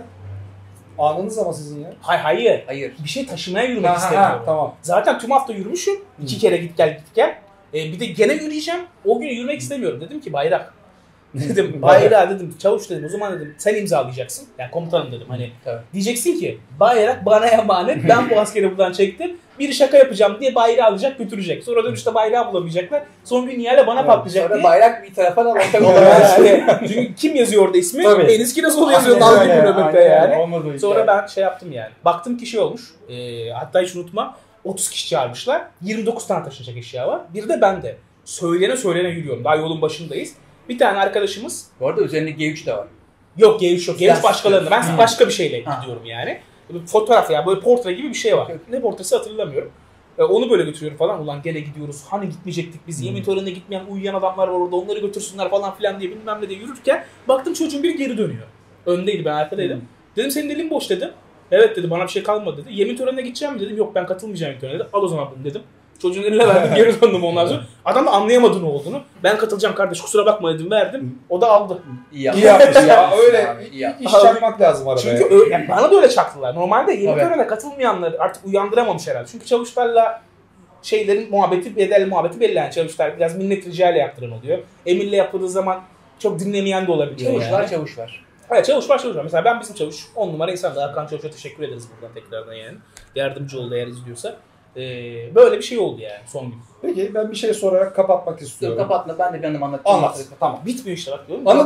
anınız ama sizin ya. Hayır. Bir şey taşımaya yürümek istemiyorum. Tamam. Zaten tüm hafta yürümüşüm. 2 kere git gel. Bir de gene yürüyeceğim. O gün yürümek istemiyorum. Dedim ki bayrak. Dedim bayrağı dedim çavuş dedim o zaman dedim sen imzalayacaksın. Yani komutanım dedim hani diyeceksin ki bayrak bana emanet ben bu askeri buradan çektim. Bir şaka yapacağım diye bayrağı alacak götürecek. Sonra dönüşte bayrağı bulamayacaklar. Son gün Nihal'e bana patlayacak sonra diye. bayrak bir tarafa da ortak yani, çünkü kim yazıyor orada ismi? Enis Kirazoğlu yazıyor dalga gibi nöbette yani. Sonra ben şey yaptım yani. Baktım ki şey olmuş. Hatta hiç unutma 30 kişi çağırmışlar. 29 tane taşınacak eşya var. Bir de ben de. Söylene yürüyorum. Daha yolun başındayız. Bir tane arkadaşımız... Bu arada üzerinde G3 de var. Yok G3 yok. G3 başkalarında. Ben başka bir şeyle gidiyorum yani. Fotoğraf ya böyle portre gibi bir şey var. Ne portresi hatırlamıyorum. Onu böyle götürüyorum falan. Ulan gene gidiyoruz. Hani gitmeyecektik biz. Yemin törenine gitmeyen uyuyan adamlar var orada. Onları götürsünler falan filan diye bilmem ne diye yürürken baktım çocuğun biri geri dönüyor. Öndeydi ben arkadaydım. Dedim senin elin boş dedim. Evet dedi bana bir şey kalmadı dedi. Yemin törenine gideceğim mi dedim. Yok ben katılmayacağım yemin törenine dedi. Al o zaman bunu dedim. Çocuğun eline verdim geri döndüm ondan sonra. Adam da anlayamadı ne olduğunu. Ben katılacağım kardeş kusura bakma dedim verdim. O da aldı. İyi yapmış ya. Öyle iş çakmak lazım arada. Çünkü yani bana da öyle çaktılar. Normalde yemin törenine katılmayanları artık uyandıramamış herhalde. Çünkü çavuşlarla şeylerin muhabbeti belli. Yani çavuşlar biraz minnet rica ile yaptıran oluyor. Emirle yapıldığı zaman çok dinlemeyen de olabiliyor. Çavuş var. Evet çavuş var. Mesela ben bizim çavuş 10 numara insan da Hakan Çavuş'a teşekkür ederiz buradan tekrardan yani. Yardımcı oldu eğer izliyorsa. Böyle bir şey oldu yani son gün. Peki ben bir şey sorarak kapatmak istiyorum. Kapatma ben de bir anım anlatayım. Anlat. Tamam bitmiyor işte bak diyorum.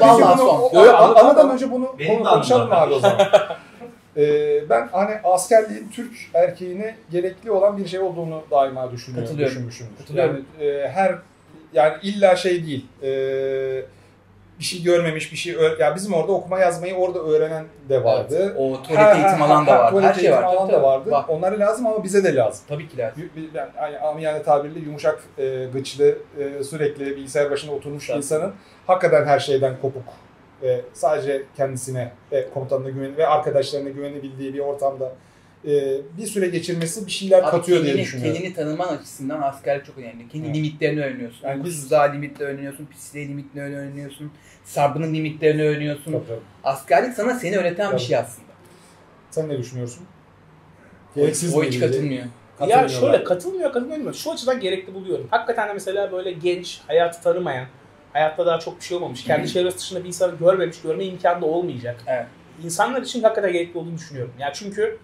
Anadan önce bunu konuşalım abi o zaman. Ben hani askerliğin Türk erkeğine gerekli olan bir şey olduğunu daima düşünmüşümdür. Yani yani illa şey değil. Bir şey görmemiş, bir şey ya bizim orada okuma yazmayı orada öğrenen de vardı. Evet, o tuvalet eğitim alan da var. Tuvalet eğitim alan da vardı. Onlara lazım ama bize de lazım. Tabii ki lazım. Yani amiyane tabirle yumuşak, gıçlı, sürekli bilgisayar başında oturmuş insanın hakikaten her şeyden kopuk. Sadece kendisine komutanına ve arkadaşlarına güvenebildiği bir ortamda bir süre geçirmesi bir şeyler katıyor diye düşünüyorum. Kendini tanıman açısından askerlik çok önemli. Kendi limitlerini öğreniyorsun. Yani hızlı limitlerini öğreniyorsun, pisliğe limitlerini öğreniyorsun, sabrının limitlerini öğreniyorsun. Tabii. Askerlik sana seni öğreten bir şey aslında. Sen ne düşünüyorsun? Gereksiz o hiç katılmıyor. Ya şöyle katılmıyor. Şu açıdan gerekli buluyorum. Hakikaten de mesela böyle genç, hayatı tanımayan, hayatta daha çok bir şey olmamış, kendi çevresi dışında bir insanı görme imkanı da olmayacak. Evet. İnsanlar için hakikaten gerekli olduğunu düşünüyorum. Yani çünkü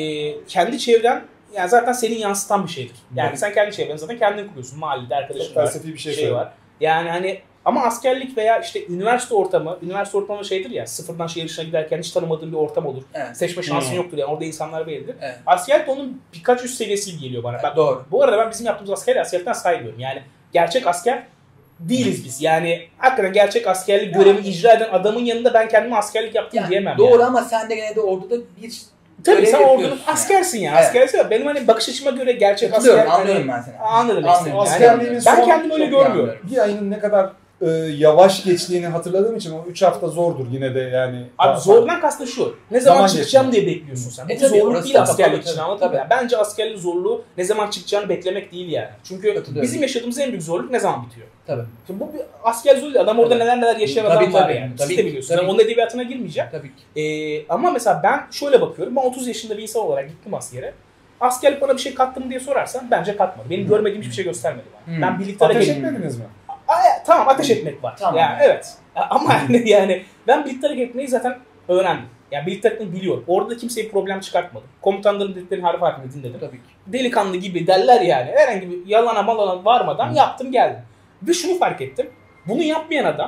kendi çevren yani zaten senin yansıtan bir şeydir. Yani sen kendi çevreni zaten kendin kuruyorsun. Mahallede arkadaşın var. Felsefi bir şey var. Yani hani ama askerlik veya işte üniversite ortamı şeydir ya sıfırdan şehir dışına giderken hiç tanımadığın bir ortam olur. Evet. Seçme şansın yoktur yani orada insanlar bellidir. Evet. Askerlik onun birkaç üst seviyesi geliyor bana. Evet, doğru. Bu arada ben bizim yaptığımız askerlikten saymıyorum. Yani gerçek asker değiliz biz. Yani hakikaten gerçek askerlik görevi icra eden adamın yanında ben kendime askerlik yaptım diyemem. Doğru ama sen de gene de orada bir tabii sen ordunun askersin ya. Evet. Askersin. Benim hani bakış açıma göre gerçek asker. Anlıyorum ben seni. Anladım. Askerliğimin ben kendimi öyle görmüyorum. Bir ayının ne kadar yavaş geçtiğini hatırladığım için o 3 hafta zordur yine de yani. Abi zordan kastı şu. Ne zaman çıkacağım diye bekliyorsun sen. Bu zorluk değil askerlik için anladın mı? Bence askerlik zorluğu ne zaman çıkacağını beklemek değil yani. Çünkü bizim yaşadığımız en büyük zorluk ne zaman bitiyor? Tabii. Şimdi bu bir asker zorluğu. Adam orada neler yaşayan adam var yani. Siz de biliyorsunuz. Onun edebiyatına girmeyeceğim. Tabii ki. Ama mesela ben şöyle bakıyorum. Ben 30 yaşında bir insan olarak gittim askere. Askerlik bana bir şey kattı mı diye sorarsan bence katmadı. Benim görmediğim hiçbir şey göstermedi bana. Ben birlikte ateş etmediniz mi? Tamam ateş etmek var. Tamam. Yani, evet. Ama yani ben birlikte hareket etmeyi zaten öğrendim. Yani birlikte etmeyi biliyorum. Orada kimseye problem çıkartmadım. Komutanların dediklerini harf harfine dinledim. Tabii ki. Delikanlı gibi derler yani. Herhangi bir yalana malana varmadan yaptım geldim. Ve şunu fark ettim. Bunu yapmayan adam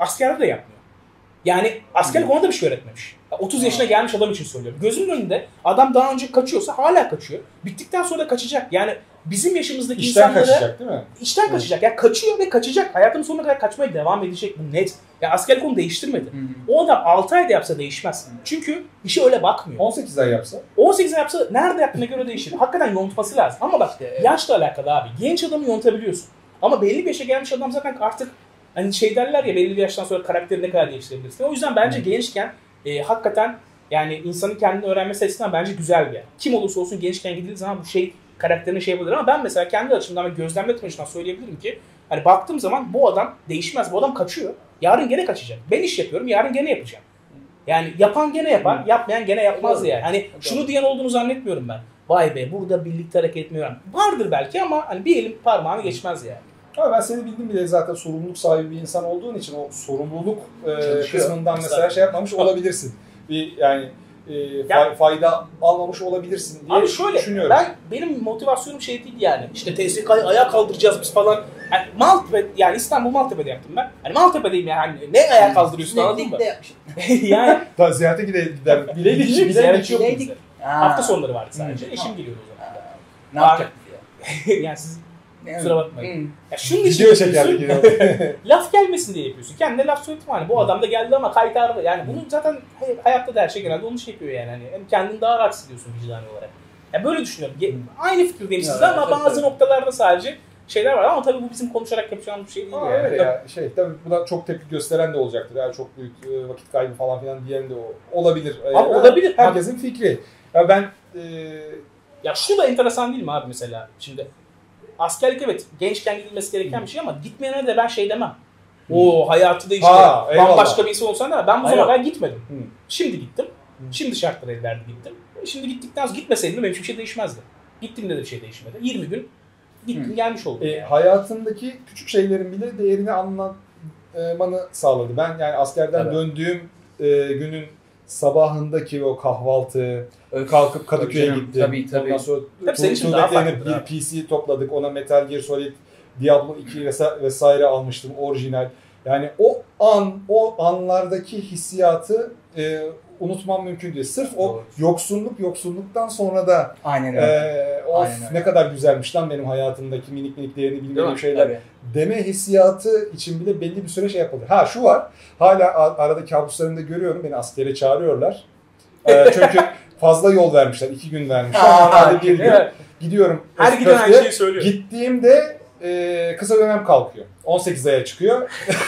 Askerde de yapmıyor. Yani askerlik ona da bir şey öğretmemiş. 30 yaşına gelmiş adam için söylüyorum. Gözümün önünde adam daha önce kaçıyorsa hala kaçıyor. Bittikten sonra da kaçacak. Yani bizim yaşımızdaki İşten insanlara... kaçacak değil mi? İşten kaçacak. Yani kaçıyor ve kaçacak. Hayatının sonuna kadar kaçmaya devam edecek. Bu net. Yani askerlik onu değiştirmedi. O adam 6 ayda yapsa değişmez. Çünkü işe öyle bakmıyor. 18 ay yapsa. 18 ay yapsa nerede yaptığına göre değişir. Hakikaten yontması lazım. Ama bak yaşla alakalı abi. Genç adamı yontabiliyorsun. Ama belli bir yaşa gelmiş adam zaten artık hani şey derler ya belli bir yaştan sonra karakteri ne kadar değiştirebilirsin. O yüzden bence gençken hakikaten yani insanın kendini öğrenmesi açısından bence güzel bir yer. Kim olursa olsun gençken gidildiği zaman bu şey karakterine şey yapabilir ama ben mesela kendi açımdan ve gözlemletme açımdan söyleyebilirim ki hani baktığım zaman bu adam değişmez. Bu adam kaçıyor. Yarın gene kaçacak. Ben iş yapıyorum. Yarın gene yapacağım. Yani yapan gene yapar. Yapmayan gene yapmaz yani. Hani şunu diyen olduğunu zannetmiyorum ben. Vay be burada birlikte hareket etmiyorum. Vardır belki ama hani bir elin parmağını geçmez yani. Ama ben seni bildim bile zaten sorumluluk sahibi bir insan olduğun için o sorumluluk kısmından mesela şey yapmamış olabilirsin. Bir yani fayda almamış olabilirsin diye abi şöyle, düşünüyorum. Benim motivasyonum şey değil yani. İşte TSK'yı ayağa kaldıracağız biz falan. Yani Maltepe, yani İstanbul Maltepe'de yaptım ben. Hani Maltepe'deyim yani. Ne ayağa kaldırıyorsun anladın mı? yani. Daha ziyarete gider. Bileydik. Ziyaret yok Bileydik. bizde. Hafta sonları vardı sadece. Eşim geliyordu o zaman. Ne yapacak ya? Yani siz kusura bakmayın. Ya şunun için Video çekerdik. laf gelmesin diye yapıyorsun. Kendine laf söyletme hani. Bu adam da geldi ama kaytardı. Yani bunu zaten hayatta da her şey genelde onu şey yapıyor yani. Hani kendini daha rahat hissediyorsun vicdani olarak. Ya böyle düşünüyorum. Aynı fikirdeyim sizle ama bazı noktalarda sadece şeyler var ama tabii bu bizim konuşarak yapacağımız bir şey değil yani. Evet ya tabii buna çok tepki gösteren de olacaktır. Yani çok büyük vakit kaybı falan filan diyen de olabilir. Abi olabilir. Herkesin fikri. Ya ben ya şu da enteresan değil mi abi mesela? Şimdi askerlik evet gençken gidilmesi gereken bir şey ama gitmeyene de ben şey demem. O hayatı da işte bambaşka bir insan olsan da ben bu zamana kadar gitmedim. Şimdi gittim. Şimdi şartlar el verdi gittim. Şimdi gittikten sonra gitmeseydim de benim hiçbir şey değişmezdi. Gittiğimde de bir şey değişmedi. 20 gün gittim gelmiş oldum. Yani. Hayatındaki küçük şeylerin bile değerini anlamanı sağladı. Ben yani askerden döndüğüm günün sabahındaki o kahvaltı, kalkıp Kadıköy'e gittim. Tabii. Ondan sonra bir PC topladık. Ona Metal Gear Solid, Diablo 2 vesaire almıştım. Orijinal. Yani o anlardaki hissiyatı unutmam mümkün değil. Sırf o yoksulluktan sonra da ne kadar güzelmiş lan benim hayatımdaki minik değerini bilmediğim şeyler. Tabii. Deme hissiyatı için bile belli bir süre şey yapıldı. Şu var. Hala arada kabuslarımda görüyorum. Beni askere çağırıyorlar. Çünkü fazla yol vermişler. 2 gün vermişler. Normalde 1 gün. Gidiyorum. Her giden aynı şeyi söylüyor. Gittiğimde kısa dönem kalkıyor. 18 aya çıkıyor.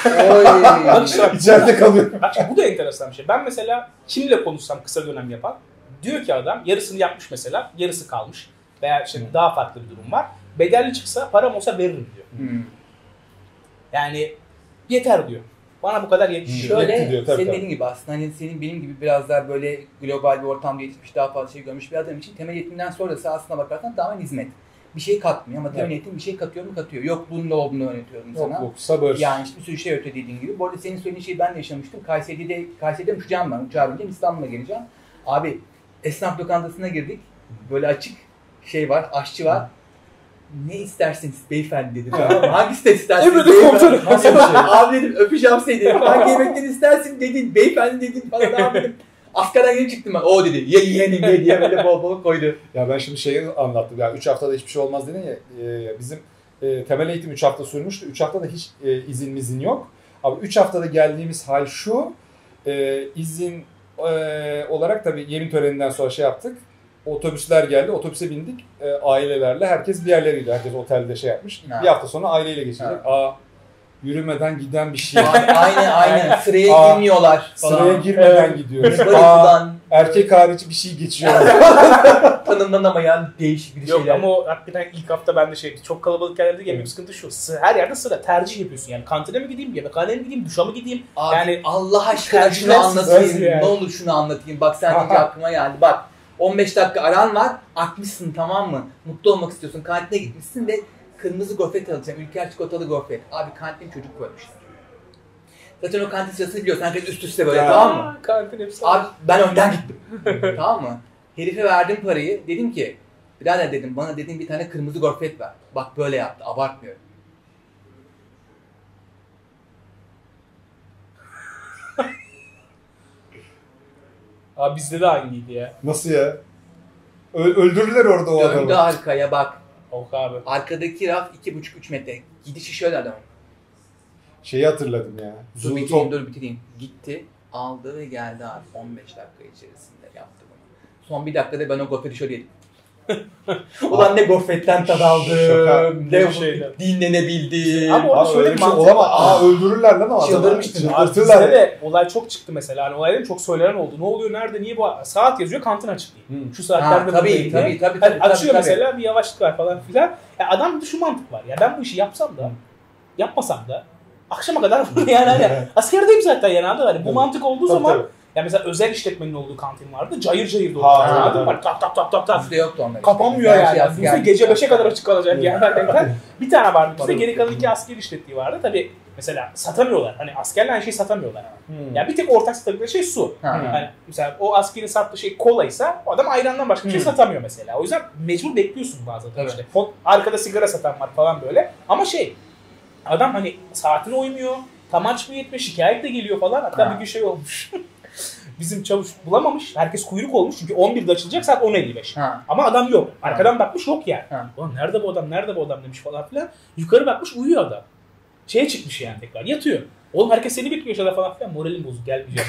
İçeride kalıyor. Bu da enteresan bir şey. Ben mesela kimle konuşsam kısa dönem yapan diyor ki adam yarısını yapmış mesela, yarısı kalmış veya işte daha farklı bir durum var. Bedelli çıksa param olsa veririm diyor. Yani yeter diyor. Bana bu kadar yetiyor. Şöyle diyor, senin dediğin gibi aslında hani senin benim gibi biraz daha böyle global bir ortamda yetişmiş daha fazla şey görmüş bir adam için temel eğitimden sonrası aslına bakarsan tamamen hizmet. Bir şey katmıyor ama temel eğitim bir şey katıyor mu katıyor. Yok bunun ne olduğunu öğretiyorum sana. Yok sabır. Yani işte bir sürü şey öte dediğin gibi. Bu arada senin söylediğin şeyi ben de yaşamıştım. Kayseri'de uçacağım ben. Uçağa bineceğim İstanbul'a geleceğim. Abi esnaf lokantasına girdik. Böyle açık şey var, aşçı var. Ne isterseniz beyefendi dedi. Hangisi de istersin? Nasıl bir şey? Abi dedim öpeceğim seni dedim. Hangi yemekten istersin dedin. Beyefendi dedin falan abi dedim. Askerden yeni çıktım ben. O dedi. Ye yeğenim ye diye böyle bol bol koydu. Ya ben şimdi şeyi anlattım. Yani 3 haftada hiçbir şey olmaz dedin ya. Bizim temel eğitim 3 hafta sürmüştü. 3 haftada hiç izin yok. Ama 3 haftada geldiğimiz hal şu. İzin olarak tabii yemin töreninden sonra şey yaptık. Otobüsler geldi. Otobüse bindik. Ailelerle. Herkes bir yerlere gidiyor. Herkes otelde şey yapmış. Bir hafta sonra aileyle geçecek. Yürümeden giden bir şey. Aynen. Sıraya girmiyorlar falan. Sıraya girmeden gidiyoruz. Erkek hariç bir şey geçiyor. Tanımlanamayan değişik bir şeyler. Yok ama o hakikaten ilk hafta bende şeydi. Çok kalabalık yerlerde gelmek sıkıntı şu. Her yerde sıra tercih yapıyorsun. Yani kantine mi gideyim, yemekhaneye mi gideyim, duşa mı gideyim? Abi yani Allah aşkına şunu anlatayım. Yani. Ne olur şunu anlatayım. Bak sen deyince aklıma geldi. Bak 15 dakika aran var. Akmışsın tamam mı? Mutlu olmak istiyorsun. Kantine gitmişsin ve kırmızı gofret alacağım. Ülker çikolatalı gofret. Abi kantine çocuk koymuşlar. Zaten o kantin sırasını biliyorsun. Herkes üst üste böyle tamam mı? Kantin hepsi. Abi ben önden gittim. Tamam mı? Herife verdim parayı. Dedim ki birader dedim bana dedim bir tane kırmızı gofret ver. Bak böyle yaptı. Abartmıyorum. Abi bizde de aynıydı ya. Nasıl ya? Öldürdüler orada o Döndü adamı. arkaya bak. Yok abi. Arkadaki raf 2,5-3 metre. Gidişi şöyle adam. Şeyi hatırladım ya. Dur bitireyim. Gitti, aldı ve geldi abi. 15 dakika içerisinde yaptı bunu. Son bir dakikada ben o gofreti şöyle yedim. Ulan ne gofretten tad aldım. Ne şeyden. dinlenebildim. Ama orada Abi şöyle öyle bir bir şey mantık olamaz. var. Öldürürler lan o adamı. Çıldırmıştım. Abi Çıldırtırlar. bizde de olay çok çıktı mesela. Hani olayların çok söylenen oldu. Ne oluyor, nerede, niye bu saat yazıyor, kantin açık değil. Şu saatlerde Tabii buradayım diye. tabii. Hani açıyor mesela bir yavaşlık var falan filan. Ya adamda şu mantık var. Ya ben bu işi yapsam da, yapmasam da akşama kadar yani hani askerdeyim zaten yani abi. Hani bu mantık olduğu zaman ya mesela özel işletmenin olduğu kantin vardı. Cayır cayır dolu. Anladın mı? Tak. Bizde yoktu onlar. Kapanmıyor Her yani. şey Bizde gece 5'e kadar açık kalacak yani. Bir tane vardı bizde. Geri kalan 2 asker işlettiği vardı. Tabii mesela satamıyorlar. Hani askerler aynı şeyi satamıyorlar. Ya bir tek ortak sattıkları şey su. Hani mesela o askerin sattığı şey kolaysa o adam ayrandan başka bir şey satamıyor mesela. O yüzden mecbur bekliyorsun bazen işte. Arkada sigara satan var falan böyle. Ama adam hani saatine uymuyor. Tam aç mı yetmiyor, şikayet de geliyor falan. Hatta bir gün şey olmuş. Bizim çavuş bulamamış. Herkes kuyruk olmuş. Çünkü 11'de açılacak saat 10.55. Ama adam yok. Arkadan bakmış yok yani. Ulan nerede bu adam demiş falan filan. Yukarı bakmış uyuyor adam. Çıkmış yani tekrar yatıyor. Oğlum herkes seni bekliyor aşağıda falan filan. Moralim bozuk gelmeyeceğim.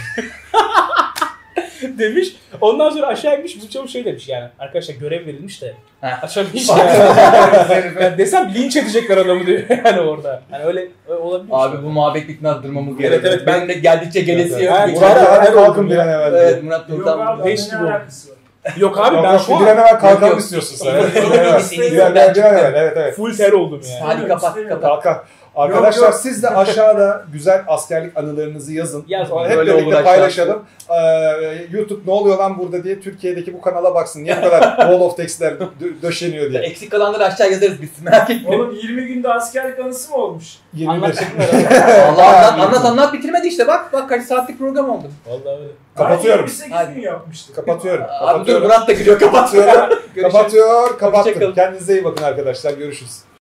demiş. Ondan sonra aşağı inmiş. Bizim çavuş demiş yani. Arkadaşlar görev verilmiş de açamayız yani. Desem linç edecekler adamı diyor yani orada. Yani öyle olabilir. Abi bu muhabbet bitmez durmamız gerekiyor. Evet. Ben de geldikçe gelesi yok. Murat kalkın bir an evvel. Evet Murat Yok Turtan. abi, Beş ne gibi alakası var? Yok abi ben şu Bir an an evvel kalkalım Yok. istiyorsun sen. Bir an Evet. full ter oldum yani. Hadi kapat. Kalk. Arkadaşlar Yok. siz de aşağıda güzel askerlik anılarınızı yazın. Yaz. Hep Böyle olur birlikte aşağı. paylaşalım. YouTube ne oluyor lan burada diye Türkiye'deki bu kanala baksın. Niye bu kadar wall of text'ler döşeniyor diye. Eksik kalanları aşağı yazarız biz merak etmeyin. Oğlum 20 günde askerlik anısı mı olmuş? 21. Allah anlat bitirmedi işte bak kaç saatlik program oldu. Vallahi öyle. Kapatıyorum. 28 gün yapmıştık. Kapatıyorum. Abi dur Murat da gülüyor kapat. Kapatıyorum. Kapattım. Hoşçakalın. Kendinize iyi bakın arkadaşlar. Görüşürüz.